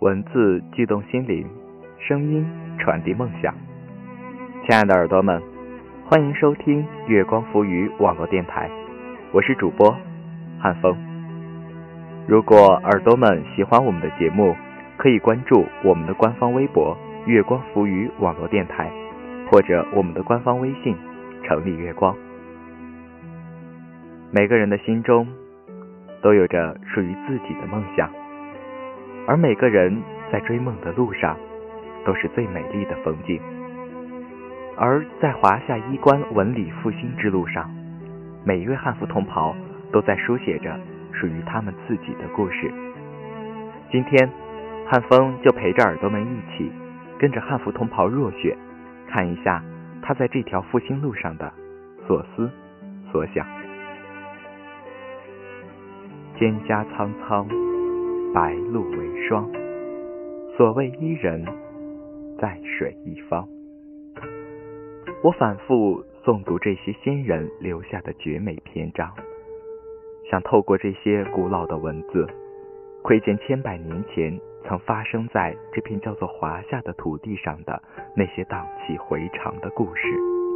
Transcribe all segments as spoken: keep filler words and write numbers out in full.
文字激动心灵，声音传递梦想。亲爱的耳朵们，欢迎收听月光浮语网络电台，我是主播汉风。如果耳朵们喜欢我们的节目，可以关注我们的官方微博月光浮语网络电台，或者我们的官方微信城里月光。每个人的心中都有着属于自己的梦想，而每个人在追梦的路上都是最美丽的风景。而在华夏衣冠文理复兴之路上，每一位汉服同袍都在书写着属于他们自己的故事。今天汉风就陪着耳朵们一起跟着汉服同袍若雪，看一下他在这条复兴路上的所思所想。蒹葭苍苍，白露为霜，所谓伊人，在水一方。我反复诵读这些先人留下的绝美篇章，想透过这些古老的文字，窥见千百年前曾发生在这片叫做华夏的土地上的那些荡气回肠的故事。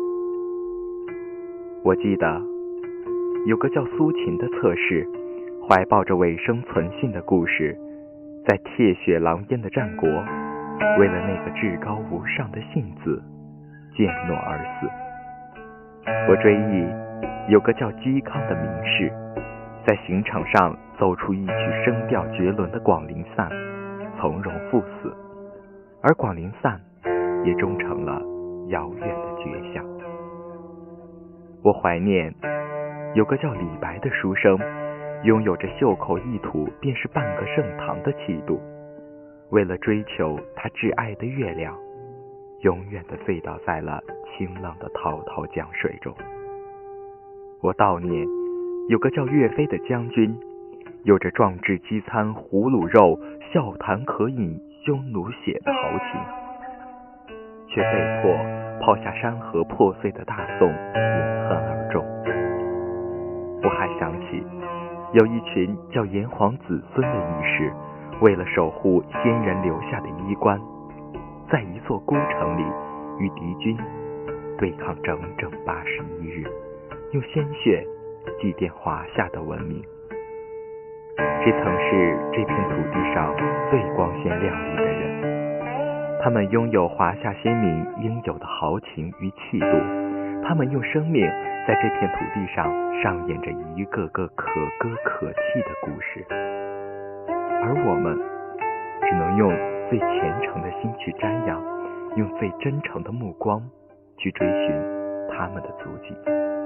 我记得有个叫苏秦的侧室，怀抱着尾生存性的故事，在铁血狼烟的战国，为了那个至高无上的信字践诺而死。我追忆有个叫嵇康的名士，在刑场上奏出一曲声调绝伦的广陵散，从容赴死，而广陵散也终成了遥远的绝响。我怀念有个叫李白的书生，拥有着袖口一吐便是半个盛唐的气度，为了追求他挚爱的月亮，永远地醉倒在了清冷的滔滔江水中。我悼念有个叫岳飞的将军，有着壮志饥餐胡虏肉，笑谈渴饮匈奴血的豪情，却被迫抛下山河破碎的大宋，饮恨而终。我还想起有一群叫炎黄子孙的义士，为了守护先人留下的衣冠，在一座孤城里与敌军对抗整整八十一日，用鲜血祭奠华夏的文明。这曾是这片土地上最光鲜亮丽的人，他们拥有华夏先民应有的豪情与气度，他们用生命在这片土地上上演着一个个可歌可泣的故事，而我们只能用最虔诚的心去瞻仰，用最真诚的目光去追寻他们的足迹。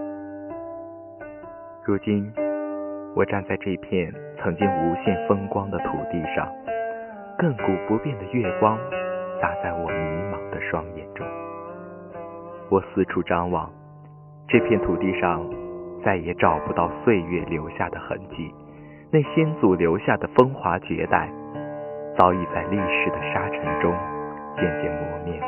如今我站在这片曾经无限风光的土地上，亘古不变的月光洒在我迷茫的双眼中。我四处张望，这片土地上再也找不到岁月留下的痕迹，那先祖留下的风华绝代早已在历史的沙尘中渐渐磨灭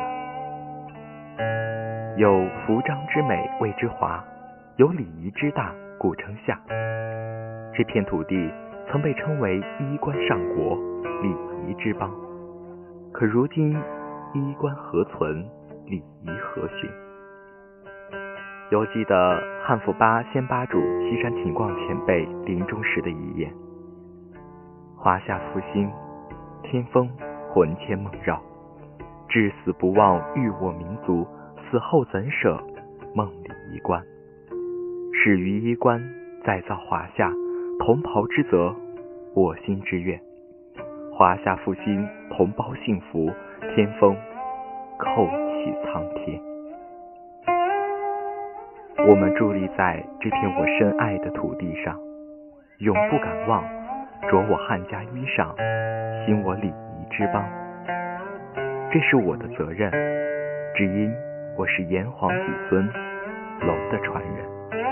了。有服装之美谓之华，有礼仪之大故称夏。这片土地曾被称为衣冠上国，礼仪之邦，可如今衣冠何存，礼仪何寻？犹记得汉服八先八主西山秦广前辈临终时的遗言：华夏复兴，天风魂牵梦绕，至死不忘育我民族，死后怎舍梦里衣冠。始于衣冠，再造华夏，同袍之责，我心之愿。华夏复兴，同胞幸福，天风叩起苍天。我们伫立在这片我深爱的土地上，永不敢忘着我汉家衣裳，兴我礼仪之邦。这是我的责任，只因我是炎黄子孙，龙的传人。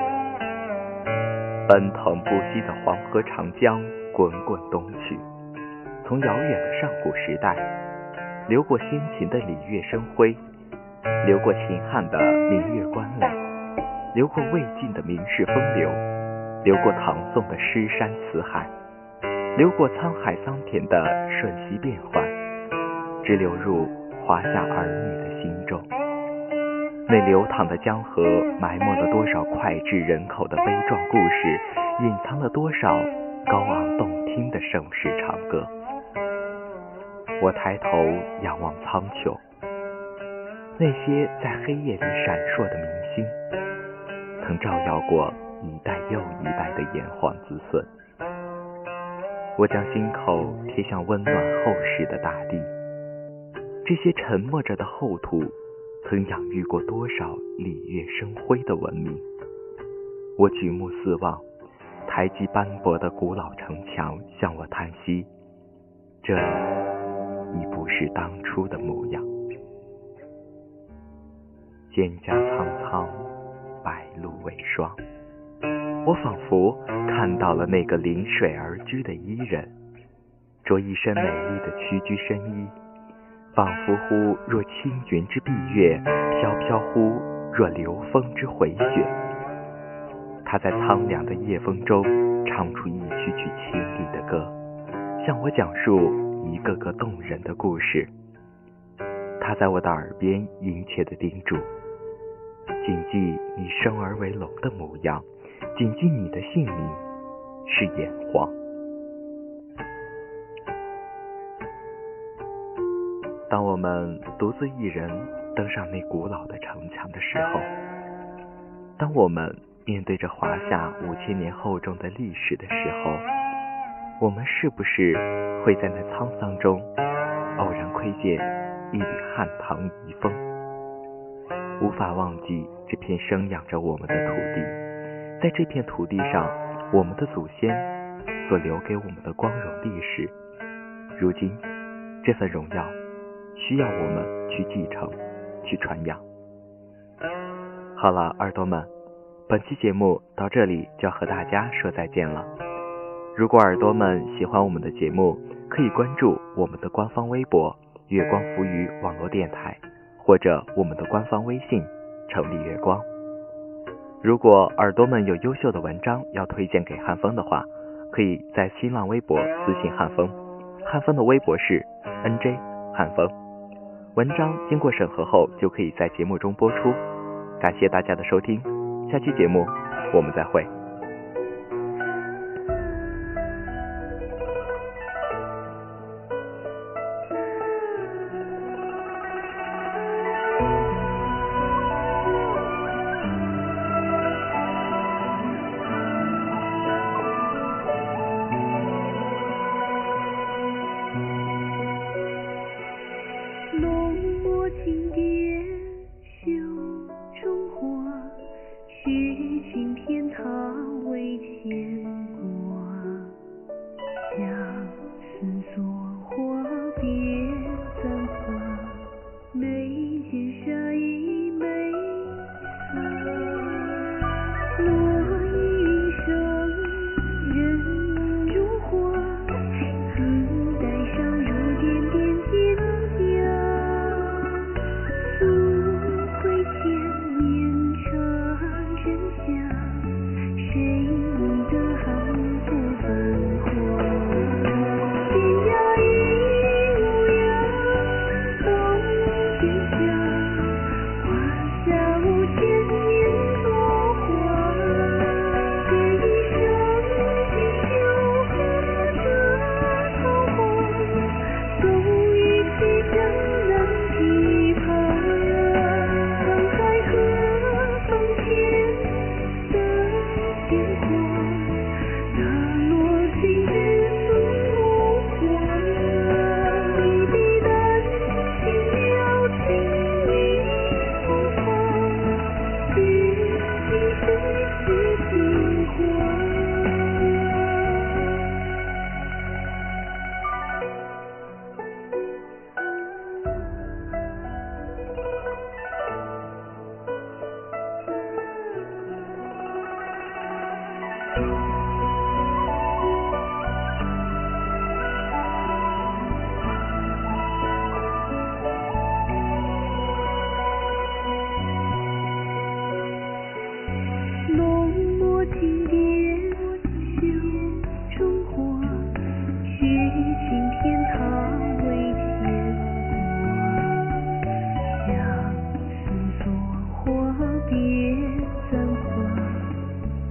奔腾不息的黄河长江滚滚东去，从遥远的上古时代，流过先秦的礼乐生辉，流过秦汉的明月关垒，流过魏晋的名士风流，流过唐宋的诗山词海， 流过沧海桑田的瞬息变幻，直流入华夏儿女的心中。那流淌的江河埋没了多少脍炙人口的悲壮故事，隐藏了多少高昂动听的盛世长歌。我抬头仰望苍穹，那些在黑夜里闪烁的明星，曾照耀过一代又一代的炎黄子孙。我将心口贴向温暖厚实的大地，这些沉默着的厚土曾养育过多少礼乐生辉的文明。我举目四望，台基斑驳的古老城墙向我叹息，这里已不是当初的模样。蒹葭苍苍，白露为霜，我仿佛看到了那个临水而居的伊人，着一身美丽的屈居深衣，仿佛乎若青云之蔽月，飘飘乎若流风之回雪。他在苍凉的夜风中唱出一曲曲清丽的歌，向我讲述一个个动人的故事。他在我的耳边殷切地叮嘱，谨记你生而为龙的模样，谨记你的姓名是炎黄。当我们独自一人登上那古老的城墙的时候，当我们面对着华夏五千年厚重的历史的时候，我们是不是会在那沧桑中偶然窥见一缕汉唐遗风，无法忘记这片生养着我们的土地，在这片土地上，我们的祖先所留给我们的光荣历史，如今这份荣耀需要我们去继承，去传扬。好了，耳朵们，本期节目到这里就要和大家说再见了。如果耳朵们喜欢我们的节目，可以关注我们的官方微博月光浮语网络电台，或者我们的官方微信城里月光。如果耳朵们有优秀的文章要推荐给汉风的话，可以在新浪微博私信汉风，汉风的微博是 N J 汉风。文章经过审核后就可以在节目中播出。感谢大家的收听，下期节目我们再会。 浓墨轻点袖中花，雪尽天堂。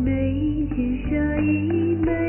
眉间下一枚。